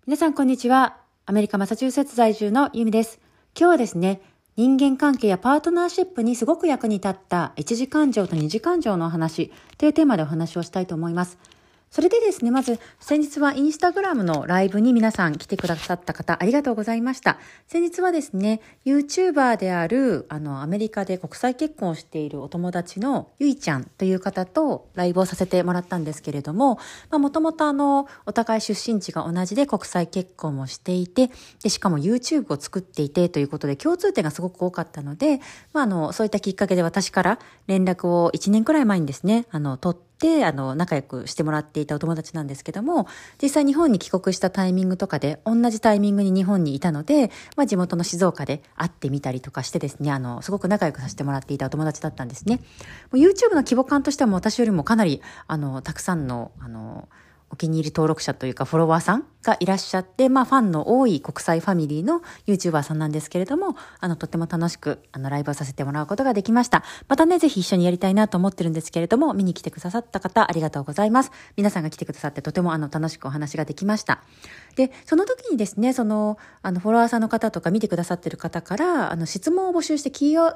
皆さんこんにちは。アメリカマサチューセッツ在住のユミです。今日はですね、人間関係やパートナーシップにすごく役に立った一次感情と二次感情のお話というテーマでお話をしたいと思います。それでですね、まず先日はインスタグラムのライブに皆さん来てくださった方ありがとうございました。先日はですね、YouTuber であるアメリカで国際結婚をしているお友達のゆいちゃんという方とライブをさせてもらったんですけれども、もともとお互い出身地が同じで国際結婚をしていて、でしかも YouTube を作っていてということで共通点がすごく多かったので、そういったきっかけで私から連絡を1年くらい前にですね、取って仲良くしてもらっていたお友達なんですけども、実際日本に帰国したタイミングとかで同じタイミングに日本にいたので、地元の静岡で会ってみたりとかしてですね、すごく仲良くさせてもらっていたお友達だったんですね。もう YouTube の規模感としてはもう私よりもかなりたくさんのお気に入り登録者というかフォロワーさんがいらっしゃって、ファンの多い国際ファミリーの YouTuber さんなんですけれども、とっても楽しくライブをさせてもらうことができました。またね、ぜひ一緒にやりたいなと思ってるんですけれども、見に来てくださった方ありがとうございます。皆さんが来てくださってとても楽しくお話ができました。で、その時にですね、フォロワーさんの方とか見てくださってる方から質問を募集して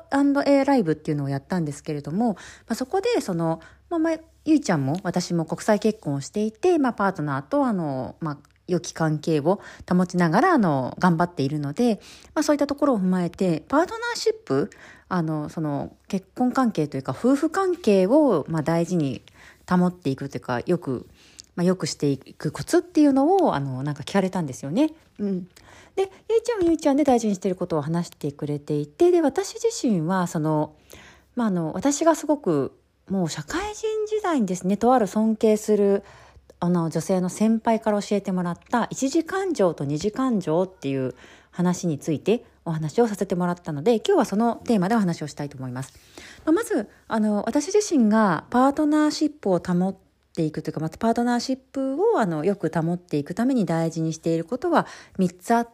Q&A ライブっていうのをやったんですけれども、そこでゆいちゃんも私も国際結婚をしていて、パートナーと良き関係を保ちながら頑張っているので、そういったところを踏まえてパートナーシップ結婚関係というか夫婦関係を大事に保っていくというかよくしていくコツっていうのを聞かれたんですよね。で、ゆいちゃんで大事にしていることを話してくれていて、で私自身は私がすごくもう社会人時代にですね、とある尊敬する女性の先輩から教えてもらった一次感情と二次感情っていう話についてお話をさせてもらったので、今日はそのテーマでお話をしたいと思います。まず私自身がパートナーシップを保っていくというか、パートナーシップをよく保っていくために大事にしていることは3つあって、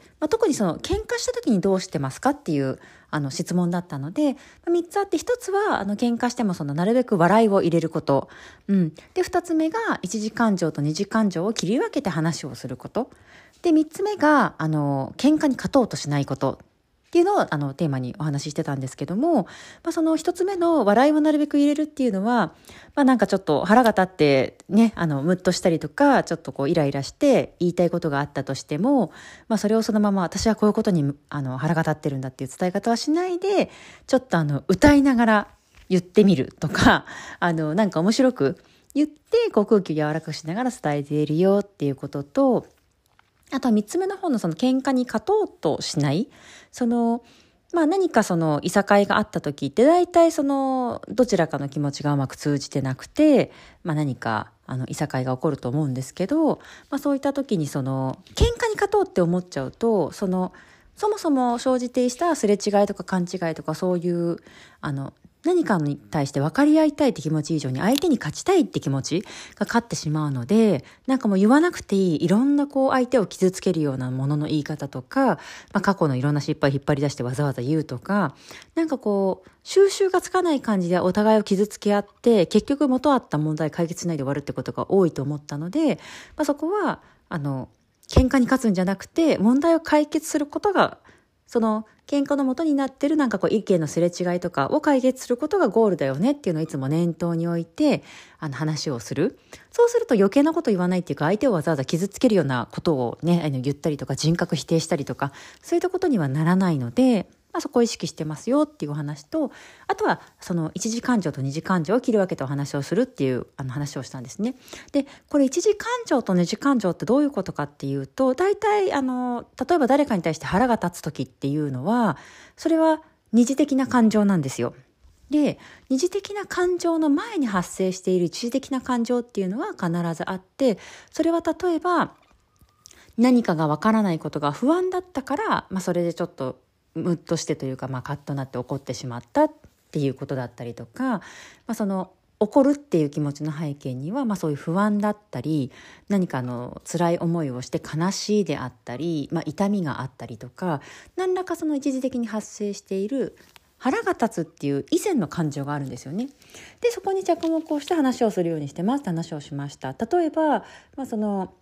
特に喧嘩した時にどうしてますかっていう質問だったので、3つあって、1つは喧嘩してもなるべく笑いを入れること、で2つ目が一次感情と二次感情を切り分けて話をすること、で3つ目が喧嘩に勝とうとしないことっていうのをテーマにお話ししてたんですけども、その一つ目の笑いをなるべく入れるっていうのは、ちょっと腹が立ってね、ムッとしたりとか、ちょっとイライラして言いたいことがあったとしても、それをそのまま私はこういうことに腹が立ってるんだっていう伝え方はしないで、ちょっと歌いながら言ってみるとか、面白く言って空気を柔らかくしながら伝えているよっていうことと、あとは3つ目の方の喧嘩に勝とうとしない。何かいさかいがあった時って大体どちらかの気持ちがうまく通じてなくて、何かいさかいが起こると思うんですけど、そういった時に喧嘩に勝とうって思っちゃうと、そもそも生じていたすれ違いとか勘違いとかそういう何かに対して分かり合いたいって気持ち以上に相手に勝ちたいって気持ちが勝ってしまうので、もう言わなくていい、いろんな相手を傷つけるようなものの言い方とか、過去のいろんな失敗引っ張り出してわざわざ言うとか、収集がつかない感じでお互いを傷つけ合って、結局元あった問題解決しないで終わるってことが多いと思ったので、そこは喧嘩に勝つんじゃなくて、問題を解決することが喧嘩の元になってる意見のすれ違いとかを解決することがゴールだよねっていうのをいつも念頭に置いて話をする。そうすると余計なこと言わないっていうか、相手をわざわざ傷つけるようなことをね言ったりとか人格否定したりとかそういったことにはならないので、そこを意識してますよっていうお話と、あとは一次感情と二次感情を切り分けてお話をするっていう話をしたんですね。で、これ一次感情と二次感情ってどういうことかっていうと、大体例えば誰かに対して腹が立つ時っていうのは、それは二次的な感情なんですよ。で、二次的な感情の前に発生している一次的な感情っていうのは必ずあって、それは例えば何かがわからないことが不安だったから、それでちょっとムッとしてというか、カッとなって怒ってしまったっていうことだったりとか、怒るっていう気持ちの背景には、そういう不安だったり、何か辛い思いをして悲しいであったり、痛みがあったりとか、何らか一時的に発生している腹が立つっていう以前の感情があるんですよね。で、そこに着目をして話をするようにしてますって話をしました。例えば、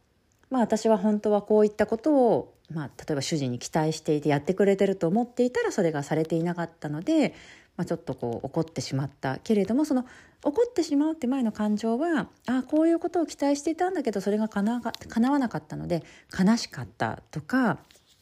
私は本当はこういったことを、例えば主人に期待していてやってくれてると思っていたらそれがされていなかったので、ちょっと怒ってしまったけれども、その怒ってしまうって前の感情はこういうことを期待していたんだけどそれが叶わなかったので悲しかったとか、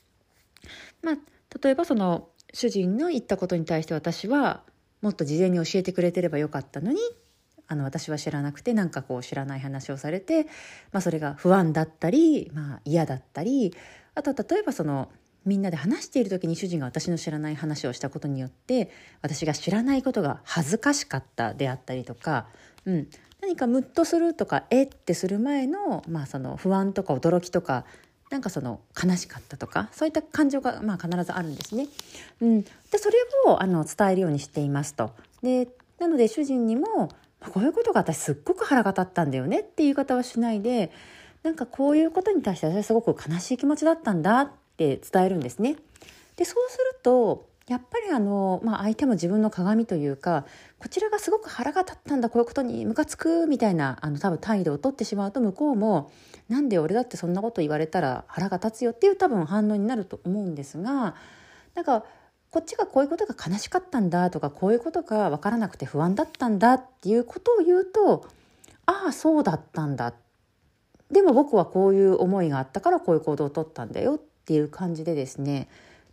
例えばその主人の言ったことに対して私はもっと事前に教えてくれてればよかったのに、私は知らなくて知らない話をされて、それが不安だったり、嫌だったり、あと例えばそのみんなで話している時に主人が私の知らない話をしたことによって私が知らないことが恥ずかしかったであったりとか、何かムッとするとかってする前の、その不安とか驚きとかその悲しかったとかそういった感情が必ずあるんですね。でそれを伝えるようにしていますと。でなので主人にもこういうことが私すっごく腹が立ったんだよねっていう言い方はしないで、こういうことに対して私はすごく悲しい気持ちだったんだって伝えるんですね。でそうするとやっぱり相手も自分の鏡というか、こちらがすごく腹が立ったんだこういうことにムカつくみたいな多分態度を取ってしまうと、向こうもなんで俺だってそんなこと言われたら腹が立つよっていう多分反応になると思うんですが、こっちがこういうことが悲しかったんだとかこういうことが分からなくて不安だったんだっていうことを言うと、そうだったんだ、でも僕はこういう思いがあったからこういう行動を取ったんだよっていう感じでですね、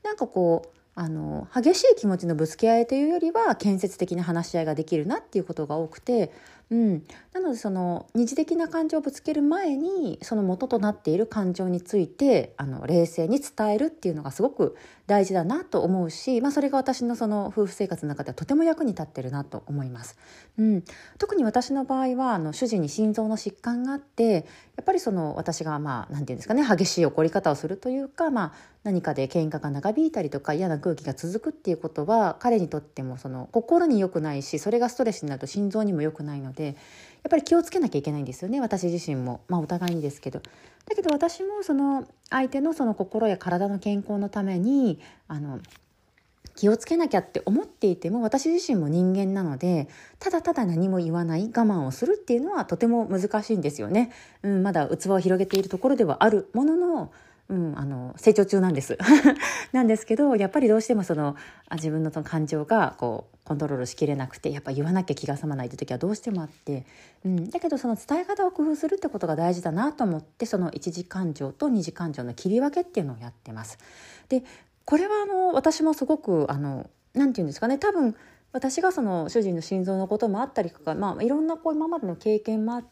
激しい気持ちのぶつけ合いというよりは建設的な話し合いができるなっていうことが多くて、なのでその二次的な感情をぶつける前にその元となっている感情について冷静に伝えるっていうのがすごく大事だなと思うし、それが私のその夫婦生活の中ではとても役に立ってるなと思います。特に私の場合は主人に心臓の疾患があって、やっぱりその私がなんていうんですかね、激しい怒り方をするというか、何かで喧嘩が長引いたりとか嫌な空気が続くっていうことは彼にとってもその心に良くないし、それがストレスになると心臓にも良くないので、やっぱり気をつけなきゃいけないんですよね、私自身も。お互いにですけど。だけど私もその相手のその心や体の健康のために気をつけなきゃって思っていても、私自身も人間なのでただただ何も言わない我慢をするっていうのはとても難しいんですよね。まだ器を広げているところではあるものの、成長中なんですなんですけど、やっぱりどうしてもその自分のその感情がコントロールしきれなくて、やっぱ言わなきゃ気が済まないという時はどうしてもあって、だけどその伝え方を工夫するってことが大事だなと思って、その一次感情と二次感情の切り分けっていうのをやってます。でこれは私もすごくなんていうんですかね、多分私がその主人の心臓のこともあったりとか、いろんな今までの経験もあって、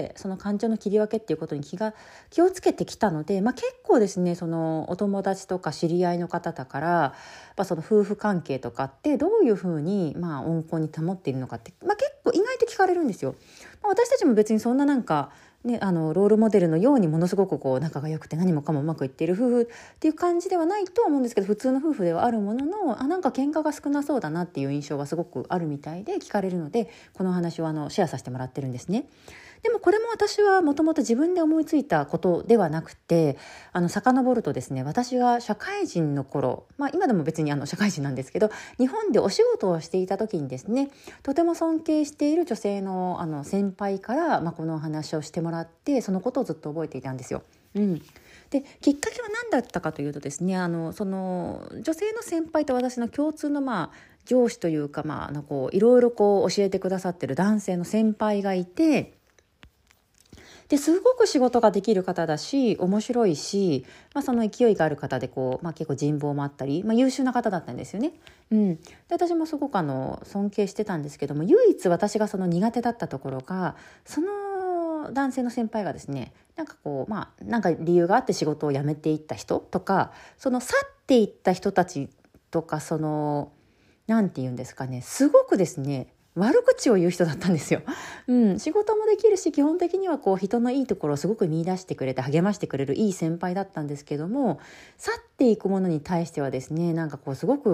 その感情の切り分けっていうことに気をつけてきたので、結構ですね、そのお友達とか知り合いの方だから、その夫婦関係とかってどういうふうに温厚に保っているのかって、結構意外と聞かれるんですよ。私たちも別にそんなロールモデルのようにものすごく仲が良くて何もかもうまくいっている夫婦っていう感じではないとは思うんですけど、普通の夫婦ではあるものの喧嘩が少なそうだなっていう印象がすごくあるみたいで聞かれるので、この話をシェアさせてもらってるんですね。でもこれも私はもともと自分で思いついたことではなくて、遡るとですね、私が社会人の頃、今でも別に社会人なんですけど、日本でお仕事をしていた時にですね、とても尊敬している女性の先輩から、このお話をしてもらって、そのことをずっと覚えていたんですよ。できっかけは何だったかというとですね、その女性の先輩と私の共通の上司というか、いろいろ教えてくださってる男性の先輩がいて、ですごく仕事ができる方だし面白いし、その勢いがある方で結構人望もあったり、優秀な方だったんですよね。で私もすごく尊敬してたんですけども、唯一私がその苦手だったところが、その男性の先輩がですね、なんか理由があって仕事を辞めていった人とか、その去っていった人たちとか、そのなんて言うんですかね、すごくですね悪口を言う人だったんですよ。仕事もできるし、基本的には人のいいところをすごく見出してくれて励ましてくれるいい先輩だったんですけども、去っていくものに対してはですね、すごく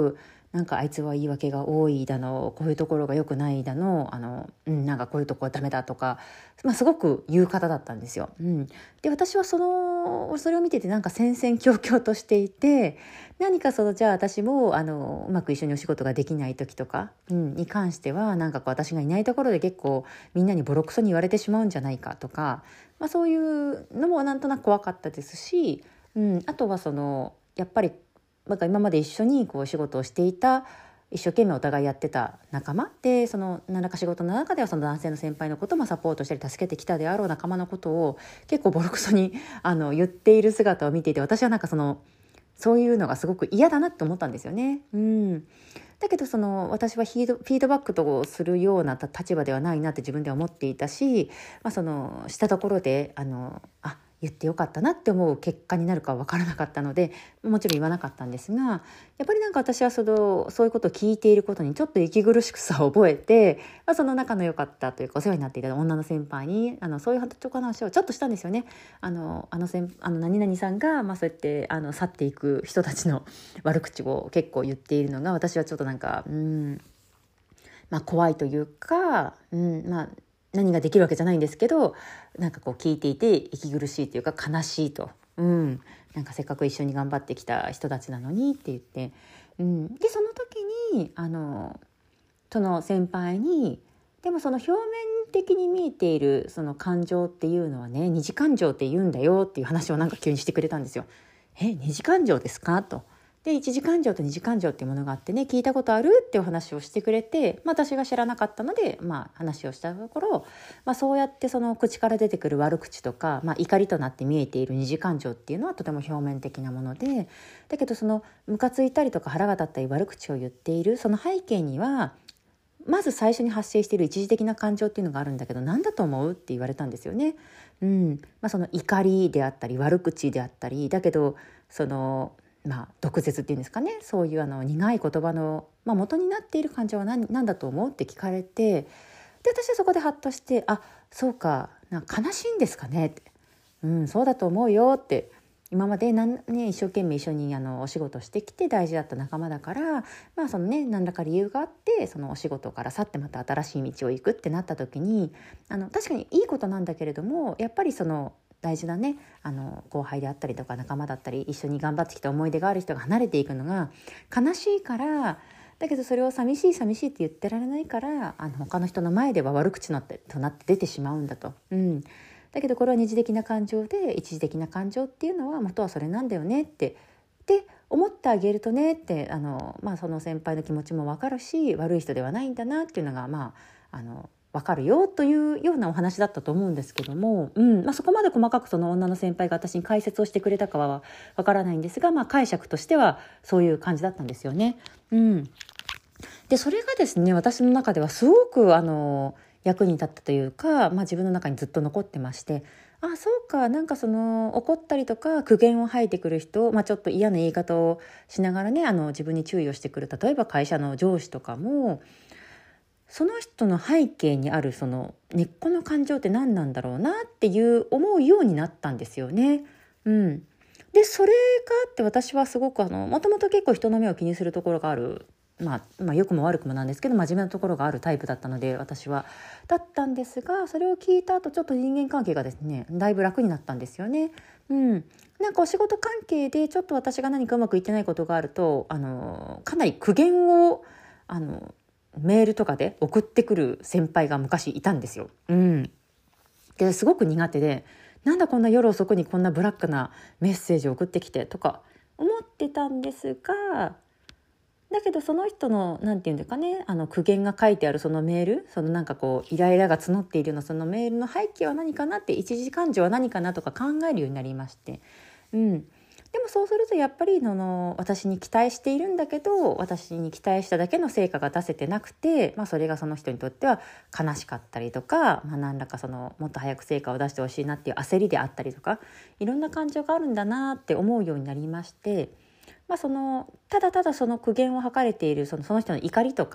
なんかあいつは言い訳が多いだの、こういうところが良くないだの、なんかこういうとこはダメだとか、すごく言う方だったんですよ。で、私はそれを見ててなんか戦々恐々としていて、何かじゃあ私もうまく一緒にお仕事ができない時とか、に関してはなんか私がいないところで結構みんなにボロクソに言われてしまうんじゃないかとか、そういうのもなんとなく怖かったですし、あとはやっぱりなんか今まで一緒にお仕事をしていた、一生懸命お互いやってた仲間で、何らか仕事の中ではその男性の先輩のこともサポートしたり助けてきたであろう仲間のことを結構ボロクソに言っている姿を見ていて、私はなんかそういうのがすごく嫌だなって思ったんですよね。だけど私はフィードバックとするような立場ではないなって自分では思っていたし、したところで言ってよかったなって思う結果になるかは分からなかったので、もちろん言わなかったんですが、やっぱりなんか私はそういうことを聞いていることにちょっと息苦しくさを覚えて、その仲の良かったというかお世話になっていた女の先輩にそういう話をちょっとしたんですよね。何々さんが、そうやって去っていく人たちの悪口を結構言っているのが、私はちょっとなんか怖いというか、何ができるわけじゃないんですけど、なんか聞いていて息苦しいというか悲しいと、なんかせっかく一緒に頑張ってきた人たちなのにって言って、でその時にその先輩に、でもその表面的に見えているその感情っていうのはね、二次感情って言うんだよっていう話をなんか急にしてくれたんですよ。二次感情ですかと。で、一次感情と二次感情っていうものがあってね、聞いたことあるっていう話をしてくれて、私が知らなかったので、話をしたところ、そうやってその口から出てくる悪口とか、怒りとなって見えている二次感情っていうのはとても表面的なもので、だけどムカついたりとか腹が立ったり悪口を言っているその背景には、まず最初に発生している一時的な感情っていうのがあるんだけど、何だと思うって言われたんですよね。その怒りであったり悪口であったり、だけど毒舌っていうんですかね、そういう苦い言葉の、元になっている感情は何だと思うって聞かれて、で私はそこでハッとして、そうか、悲しいんですかねって、そうだと思うよって、今まで一生懸命一緒にお仕事してきて大事だった仲間だから、何らか理由があってそのお仕事から去ってまた新しい道を行くってなった時に、確かにいいことなんだけれども、やっぱり大事なね後輩であったりとか仲間だったり一緒に頑張ってきた思い出がある人が離れていくのが悲しいから、だけどそれを寂しいって言ってられないから、他の人の前では悪口となって出てしまうんだと。だけどこれは二次的な感情で、一時的な感情っていうのは元はそれなんだよねって思ってあげるとねってその先輩の気持ちも分かるし、悪い人ではないんだなっていうのが分かるよというようなお話だったと思うんですけども、そこまで細かくその女の先輩が私に解説をしてくれたかは分からないんですが、解釈としてはそういう感じだったんですよね。でそれがですね、私の中ではすごく役に立ったというか、自分の中にずっと残ってまして、そうか、なんか怒ったりとか苦言を吐いてくる人、ちょっと嫌な言い方をしながらね自分に注意をしてくる、例えば会社の上司とかも、その人の背景にある根っこの感情って何なんだろうなっていう思うようになったんですよね。でそれがあって私はすごくもともと結構人の目を気にするところがある、良くも悪くもなんですけど真面目なところがあるタイプだったので、私はだったんですが、それを聞いた後ちょっと人間関係がですねだいぶ楽になったんですよね。なんかお仕事関係でちょっと私が何かうまくいってないことがあるとかなり苦言をメールとかで送ってくる先輩が昔いたんですよ。ですごく苦手で、なんだこんな夜遅くにこんなブラックなメッセージを送ってきてとか思ってたんですが、だけどその人のなんていうんですかね、苦言が書いてあるそのメール、なんかイライラが募っているようなそのメールの背景は何かなって、一時感情は何かなとか考えるようになりまして、でもそうするとやっぱり私に期待しているんだけど、私に期待しただけの成果が出せてなくて、それがその人にとっては悲しかったりとか、何らかもっと早く成果を出してほしいなっていう焦りであったりとか、いろんな感情があるんだなって思うようになりまして、ただただその苦言を吐かれているその人の怒りとか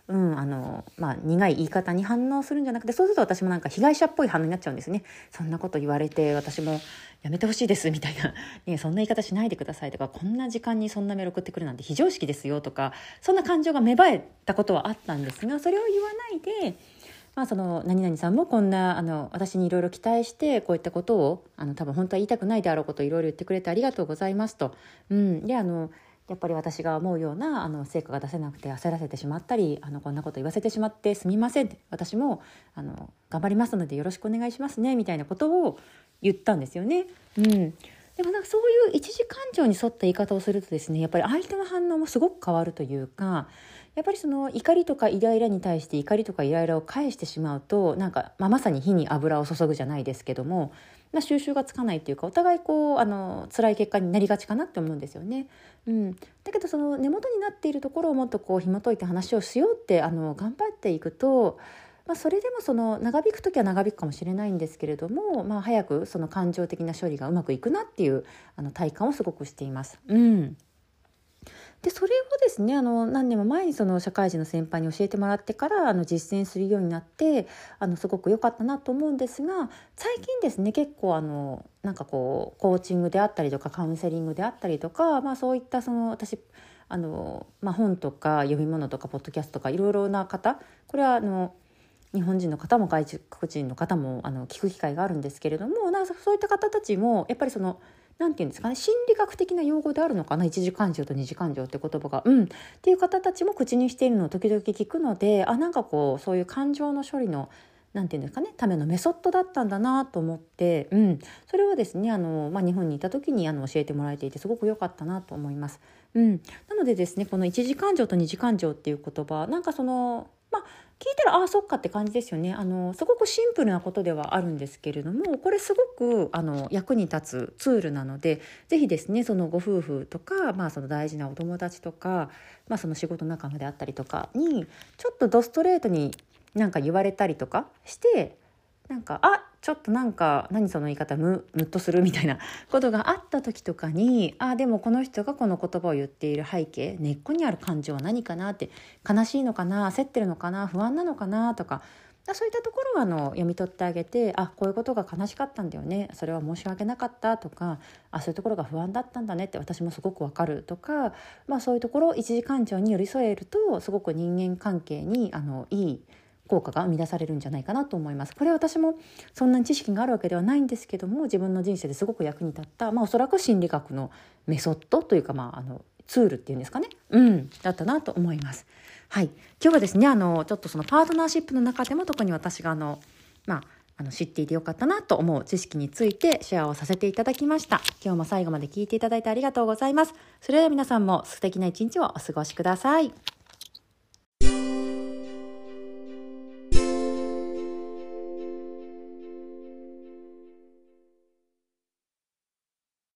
苦い言い方に反応するんじゃなくて、そうすると私もなんか被害者っぽい反応になっちゃうんですね。そんなこと言われて私もやめてほしいですみたいな、ね、そんな言い方しないでくださいとか、こんな時間にそんなメール送ってくるなんて非常識ですよとか、そんな感情が芽生えたことはあったんですが、それを言わないで、その何々さんもこんな私にいろいろ期待してこういったことを多分本当は言いたくないであろうことをいろいろ言ってくれてありがとうございますと。でやっぱり私が思うような成果が出せなくて焦らせてしまったりこんなこと言わせてしまってすみませんって、私も頑張りますのでよろしくお願いしますねみたいなことを言ったんですよね。でもなんかそういう一時感情に沿った言い方をするとですね、やっぱり相手の反応もすごく変わるというか、やっぱりその怒りとかイライラに対して怒りとかイライラを返してしまうとなんか、まさに火に油を注ぐじゃないですけども、収拾がつかないっていうか、お互い辛い結果になりがちかなって思うんですよね。だけどその根元になっているところをもっと紐解いて話をしようって頑張っていくと、それでもその長引く時は長引くかもしれないんですけれども、早くその感情的な処理がうまくいくなっていう体感をすごくしています。でそれをですね何年も前にその社会人の先輩に教えてもらってから実践するようになってすごく良かったなと思うんですが、最近ですね結構なんかコーチングであったりとかカウンセリングであったりとか、そういった私本とか読み物とかポッドキャストとかいろいろな方、これは日本人の方も外国人の方も聞く機会があるんですけれども、そういった方たちもやっぱりなんていうんですかね、心理学的な用語であるのかな、一時感情と二次感情って言葉が、っていう方たちも口にしているのを時々聞くので、なんかそういう感情の処理のなんていうんですかね、ためのメソッドだったんだなと思って、それをですね日本にいた時に教えてもらえていてすごく良かったなと思います。なのでですね、この一時感情と二次感情っていう言葉、なんか聞いたらそっかって感じですよね。すごくシンプルなことではあるんですけれども、これすごく役に立つツールなので、ぜひですねそのご夫婦とか、その大事なお友達とか、その仕事仲間であったりとかにちょっとドストレートになんか言われたりとかして、なんかちょっとなんか何その言い方ムッとするみたいなことがあった時とかに、でもこの人がこの言葉を言っている背景、根っこにある感情は何かなって、悲しいのかな、焦ってるのかな、不安なのかなとか、そういったところは読み取ってあげて、こういうことが悲しかったんだよね、それは申し訳なかったとか、そういうところが不安だったんだねって私もすごくわかるとか、そういうところを一時感情に寄り添えるとすごく人間関係にいい効果が生み出されるんじゃないかなと思います。これ私もそんなに知識があるわけではないんですけども、自分の人生ですごく役に立った、おそらく心理学のメソッドというか、ツールっていうんですかね、だったなと思います。はい、今日はですねちょっとそのパートナーシップの中でも特に私が知っていてよかったなと思う知識についてシェアをさせていただきました。今日も最後まで聞いていただいてありがとうございます。それでは皆さんも素敵な一日をお過ごしください。